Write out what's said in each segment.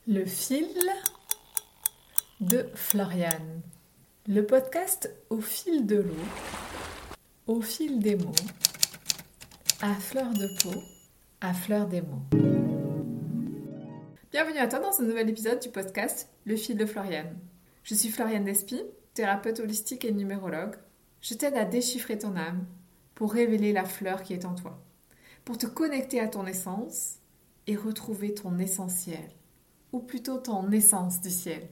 Le fil de Floriane. Le podcast au fil de l'eau, au fil des mots, à fleur de peau, à fleur des mots. Bienvenue à toi dans ce nouvel épisode du podcast Le fil de Floriane. Je suis Floriane Despy, thérapeute holistique et numérologue. Je t'aide à déchiffrer ton âme pour révéler la fleur qui est en toi, pour te connecter à ton essence et retrouver ton essentiel, ou plutôt ton essence du ciel.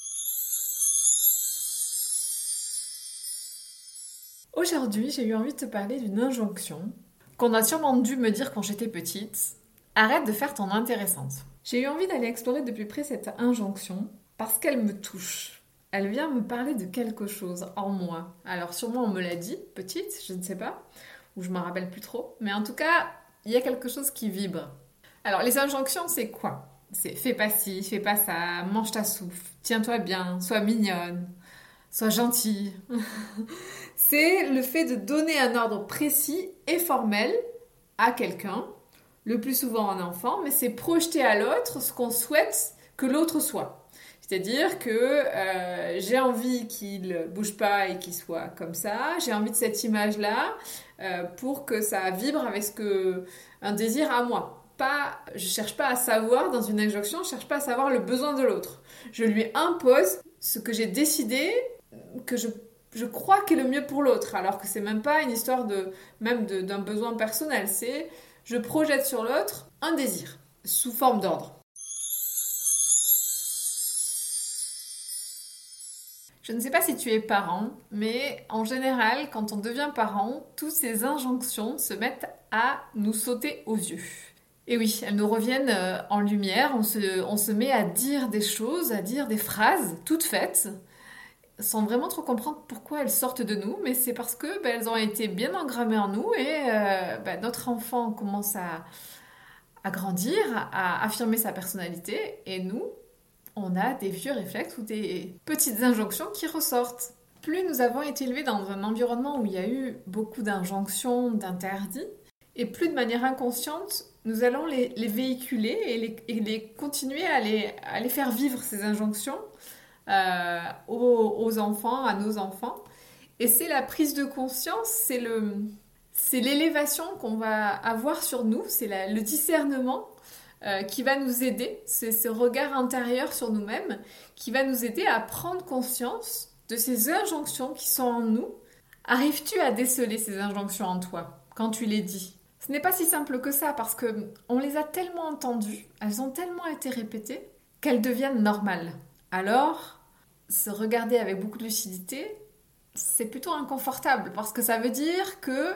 Aujourd'hui, j'ai eu envie de te parler d'une injonction qu'on a sûrement dû me dire quand j'étais petite. Arrête de faire ton intéressante. J'ai eu envie d'aller explorer de plus près cette injonction parce qu'elle me touche. Elle vient me parler de quelque chose en moi. Alors sûrement on me l'a dit, petite, je ne sais pas, ou je ne me rappelle plus trop. Mais en tout cas, il y a quelque chose qui vibre. Alors les injonctions, c'est quoi ? C'est fais pas ci, fais pas ça, mange ta souffle, tiens-toi bien, sois mignonne, sois gentille. C'est le fait de donner un ordre précis et formel à quelqu'un, le plus souvent un enfant, mais c'est projeter à l'autre ce qu'on souhaite que l'autre soit. C'est-à-dire que j'ai envie qu'il bouge pas et qu'il soit comme ça, j'ai envie de cette image-là pour que ça vibre avec un désir à moi. Je cherche pas à savoir dans une injonction, je cherche pas à savoir le besoin de l'autre. Je lui impose ce que j'ai décidé, que je crois qu'est le mieux pour l'autre, alors que c'est même pas une histoire d'un besoin personnel. C'est je projette sur l'autre un désir sous forme d'ordre. Je ne sais pas si tu es parent, mais en général, quand on devient parent, toutes ces injonctions se mettent à nous sauter aux yeux. Et oui, elles nous reviennent en lumière, on se met à dire des choses, à dire des phrases toutes faites, sans vraiment trop comprendre pourquoi elles sortent de nous, mais c'est parce que elles ont été bien engrammées en nous et notre enfant commence à grandir, à affirmer sa personnalité, et nous, on a des vieux réflexes ou des petites injonctions qui ressortent. Plus nous avons été élevés dans un environnement où il y a eu beaucoup d'injonctions, d'interdits, et plus de manière inconsciente, nous allons les véhiculer et les continuer à les faire vivre, ces injonctions, aux enfants, à nos enfants. Et c'est la prise de conscience, c'est l'élévation qu'on va avoir sur nous, c'est le discernement qui va nous aider, c'est ce regard intérieur sur nous-mêmes qui va nous aider à prendre conscience de ces injonctions qui sont en nous. Arrives-tu à déceler ces injonctions en toi quand tu les dis ? Ce n'est pas si simple que ça parce qu'on les a tellement entendues, elles ont tellement été répétées qu'elles deviennent normales. Alors, se regarder avec beaucoup de lucidité, c'est plutôt inconfortable parce que ça veut dire que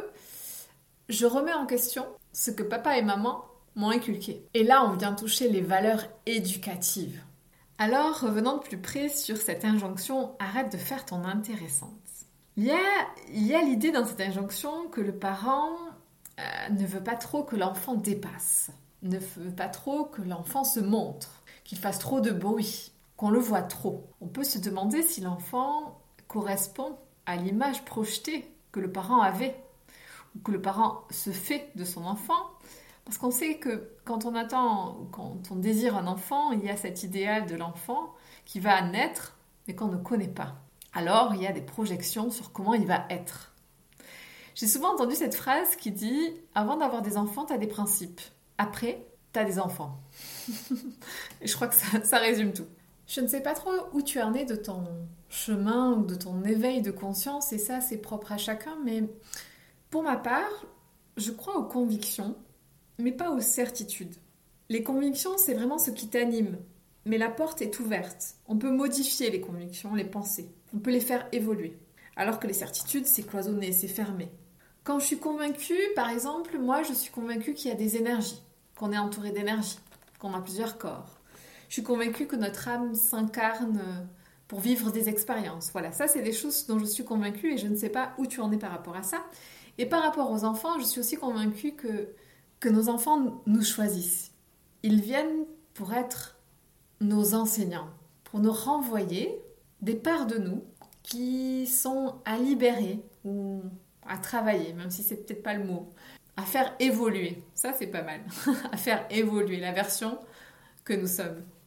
je remets en question ce que papa et maman m'ont inculqué. Et là, on vient toucher les valeurs éducatives. Alors, revenons de plus près sur cette injonction « arrête de faire ton intéressante ». Il y a l'idée dans cette injonction que le parent ne veut pas trop que l'enfant dépasse, ne veut pas trop que l'enfant se montre, qu'il fasse trop de bruit, qu'on le voit trop. On peut se demander si l'enfant correspond à l'image projetée que le parent avait, ou que le parent se fait de son enfant, parce qu'on sait que quand on désire un enfant, il y a cet idéal de l'enfant qui va naître, mais qu'on ne connaît pas. Alors, il y a des projections sur comment il va être. J'ai souvent entendu cette phrase qui dit « Avant d'avoir des enfants, t'as des principes. Après, t'as des enfants. » Et je crois que ça résume tout. Je ne sais pas trop où tu en es de ton chemin ou de ton éveil de conscience, et ça, c'est propre à chacun, mais pour ma part, je crois aux convictions, mais pas aux certitudes. Les convictions, c'est vraiment ce qui t'anime, mais la porte est ouverte. On peut modifier les convictions, les pensées. On peut les faire évoluer. Alors que les certitudes, c'est cloisonné, c'est fermé. Quand je suis convaincue, par exemple, moi, je suis convaincue qu'il y a des énergies, qu'on est entouré d'énergie, qu'on a plusieurs corps. Je suis convaincue que notre âme s'incarne pour vivre des expériences. Voilà, ça, c'est des choses dont je suis convaincue et je ne sais pas où tu en es par rapport à ça. Et par rapport aux enfants, je suis aussi convaincue que nos enfants nous choisissent. Ils viennent pour être nos enseignants, pour nous renvoyer des parts de nous qui sont à libérer ou à travailler, même si c'est peut-être pas le mot, à faire évoluer. Ça, c'est pas mal. À faire évoluer la version que nous sommes.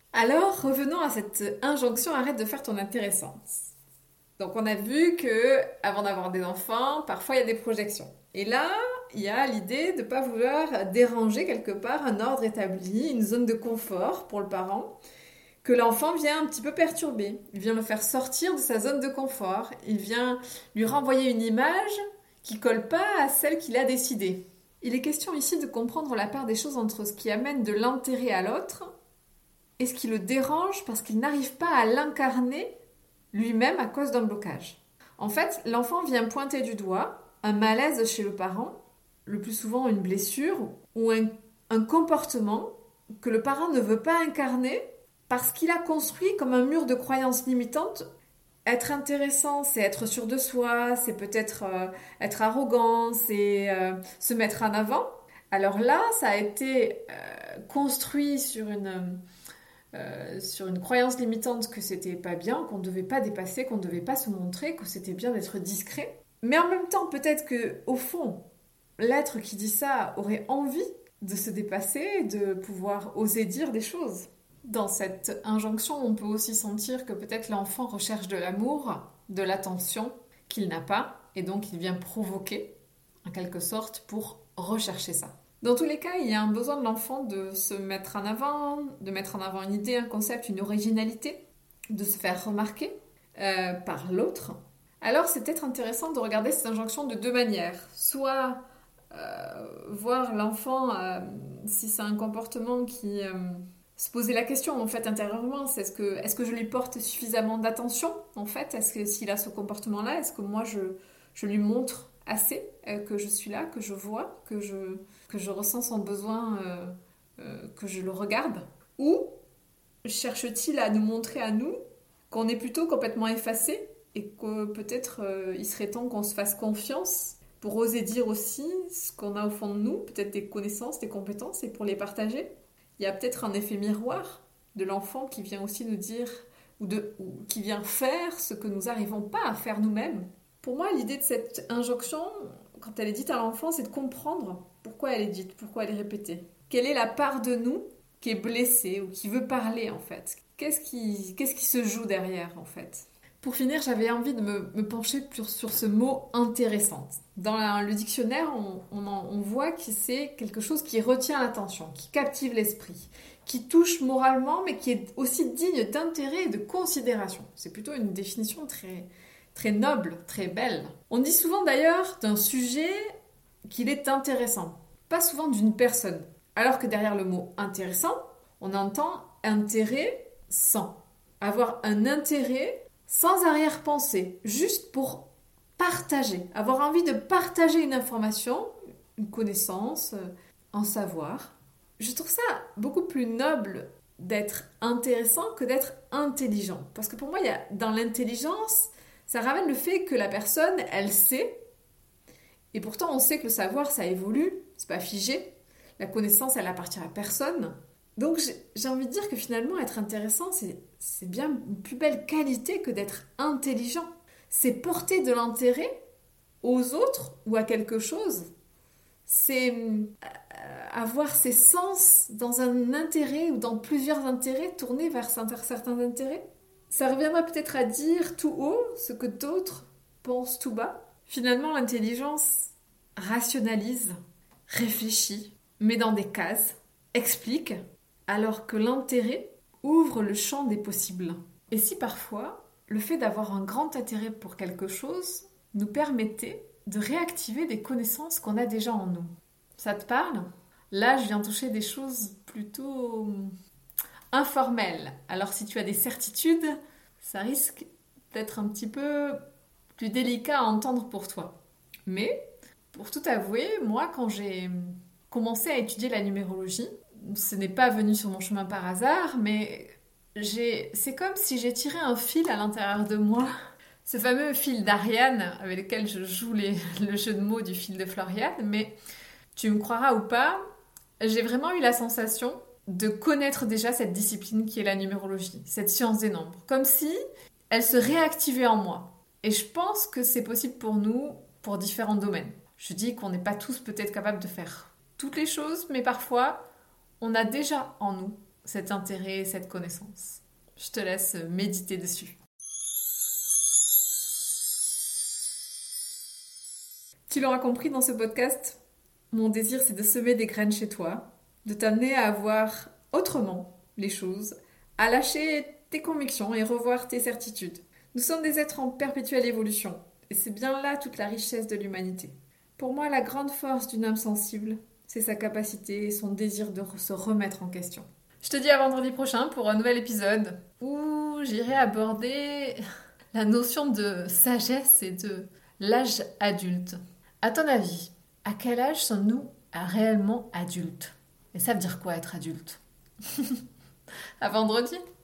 Alors, revenons à cette injonction, arrête de faire ton intéressante. Donc, on a vu que avant d'avoir des enfants, parfois il y a des projections. Et là, il y a l'idée de ne pas vouloir déranger quelque part un ordre établi, une zone de confort pour le parent, que l'enfant vient un petit peu perturber. Il vient le faire sortir de sa zone de confort. Il vient lui renvoyer une image qui colle pas à celle qu'il a décidée. Il est question ici de comprendre la part des choses entre ce qui amène de l'intérêt à l'autre et ce qui le dérange parce qu'il n'arrive pas à l'incarner lui-même à cause d'un blocage. En fait, l'enfant vient pointer du doigt un malaise chez le parent, le plus souvent une blessure ou un comportement que le parent ne veut pas incarner parce qu'il a construit comme un mur de croyances limitantes. Être intéressant, c'est être sûr de soi, c'est peut-être être arrogant, c'est se mettre en avant. Alors là, ça a été construit sur une croyance limitante que c'était pas bien, qu'on ne devait pas dépasser, qu'on ne devait pas se montrer, que c'était bien d'être discret. Mais en même temps, peut-être que au fond, l'être qui dit ça aurait envie de se dépasser, de pouvoir oser dire des choses. Dans cette injonction, on peut aussi sentir que peut-être l'enfant recherche de l'amour, de l'attention qu'il n'a pas, et donc il vient provoquer, en quelque sorte, pour rechercher ça. Dans tous les cas, il y a un besoin de l'enfant de se mettre en avant, de mettre en avant une idée, un concept, une originalité, de se faire remarquer par l'autre. Alors c'est peut-être intéressant de regarder cette injonction de deux manières. Soit voir l'enfant, si c'est un comportement qui... se poser la question en fait intérieurement, c'est est-ce que je lui porte suffisamment d'attention en fait? Est-ce que s'il a ce comportement-là, est-ce que moi je lui montre assez que je suis là, que je vois, que je ressens son besoin, que je le regarde? Ou cherche-t-il à nous montrer à nous qu'on est plutôt complètement effacé et que peut-être il serait temps qu'on se fasse confiance pour oser dire aussi ce qu'on a au fond de nous, peut-être des connaissances, des compétences, et pour les partager? Il y a peut-être un effet miroir de l'enfant qui vient aussi nous dire ou qui vient faire ce que nous n'arrivons pas à faire nous-mêmes. Pour moi, l'idée de cette injonction, quand elle est dite à l'enfant, c'est de comprendre pourquoi elle est dite, pourquoi elle est répétée. Quelle est la part de nous qui est blessée ou qui veut parler en fait? Qu'est-ce qui se joue derrière en fait? Pour finir, j'avais envie de me pencher sur ce mot intéressante. Dans le dictionnaire, on voit que c'est quelque chose qui retient l'attention, qui captive l'esprit, qui touche moralement, mais qui est aussi digne d'intérêt et de considération. C'est plutôt une définition très, très noble, très belle. On dit souvent d'ailleurs d'un sujet qu'il est intéressant, pas souvent d'une personne. Alors que derrière le mot intéressant, on entend intérêt sans. Avoir un intérêt sans arrière-pensée, juste pour partager, avoir envie de partager une information, une connaissance, un savoir. Je trouve ça beaucoup plus noble d'être intéressant que d'être intelligent. Parce que pour moi, dans l'intelligence, ça ramène le fait que la personne, elle sait, et pourtant on sait que le savoir, ça évolue, c'est pas figé, la connaissance, elle appartient à personne. Donc j'ai envie de dire que finalement, être intéressant, c'est bien une plus belle qualité que d'être intelligent. C'est porter de l'intérêt aux autres ou à quelque chose. C'est avoir ses sens dans un intérêt ou dans plusieurs intérêts tournés vers certains intérêts. Ça reviendra peut-être à dire tout haut ce que d'autres pensent tout bas. Finalement, l'intelligence rationalise, réfléchit, met dans des cases, explique, alors que l'intérêt ouvre le champ des possibles. Et si parfois, le fait d'avoir un grand intérêt pour quelque chose nous permettait de réactiver des connaissances qu'on a déjà en nous. Ça te parle? Là, je viens toucher des choses plutôt informelles. Alors si tu as des certitudes, ça risque d'être un petit peu plus délicat à entendre pour toi. Mais, pour tout avouer, moi, quand j'ai commencé à étudier la numérologie, ce n'est pas venu sur mon chemin par hasard, mais c'est comme si j'ai tiré un fil à l'intérieur de moi. Ce fameux fil d'Ariane, avec lequel je joue le jeu de mots du fil de Floriane, mais tu me croiras ou pas, j'ai vraiment eu la sensation de connaître déjà cette discipline qui est la numérologie, cette science des nombres, comme si elle se réactivait en moi. Et je pense que c'est possible pour nous, pour différents domaines. Je dis qu'on n'est pas tous peut-être capables de faire toutes les choses, mais parfois, on a déjà en nous cet intérêt, cette connaissance. Je te laisse méditer dessus. Tu l'auras compris dans ce podcast, mon désir c'est de semer des graines chez toi, de t'amener à voir autrement les choses, à lâcher tes convictions et revoir tes certitudes. Nous sommes des êtres en perpétuelle évolution et c'est bien là toute la richesse de l'humanité. Pour moi, la grande force d'une âme sensible, c'est sa capacité et son désir de se remettre en question. Je te dis à vendredi prochain pour un nouvel épisode où j'irai aborder la notion de sagesse et de l'âge adulte. À ton avis, à quel âge sommes-nous réellement adultes? Et ça veut dire quoi être adulte? À vendredi!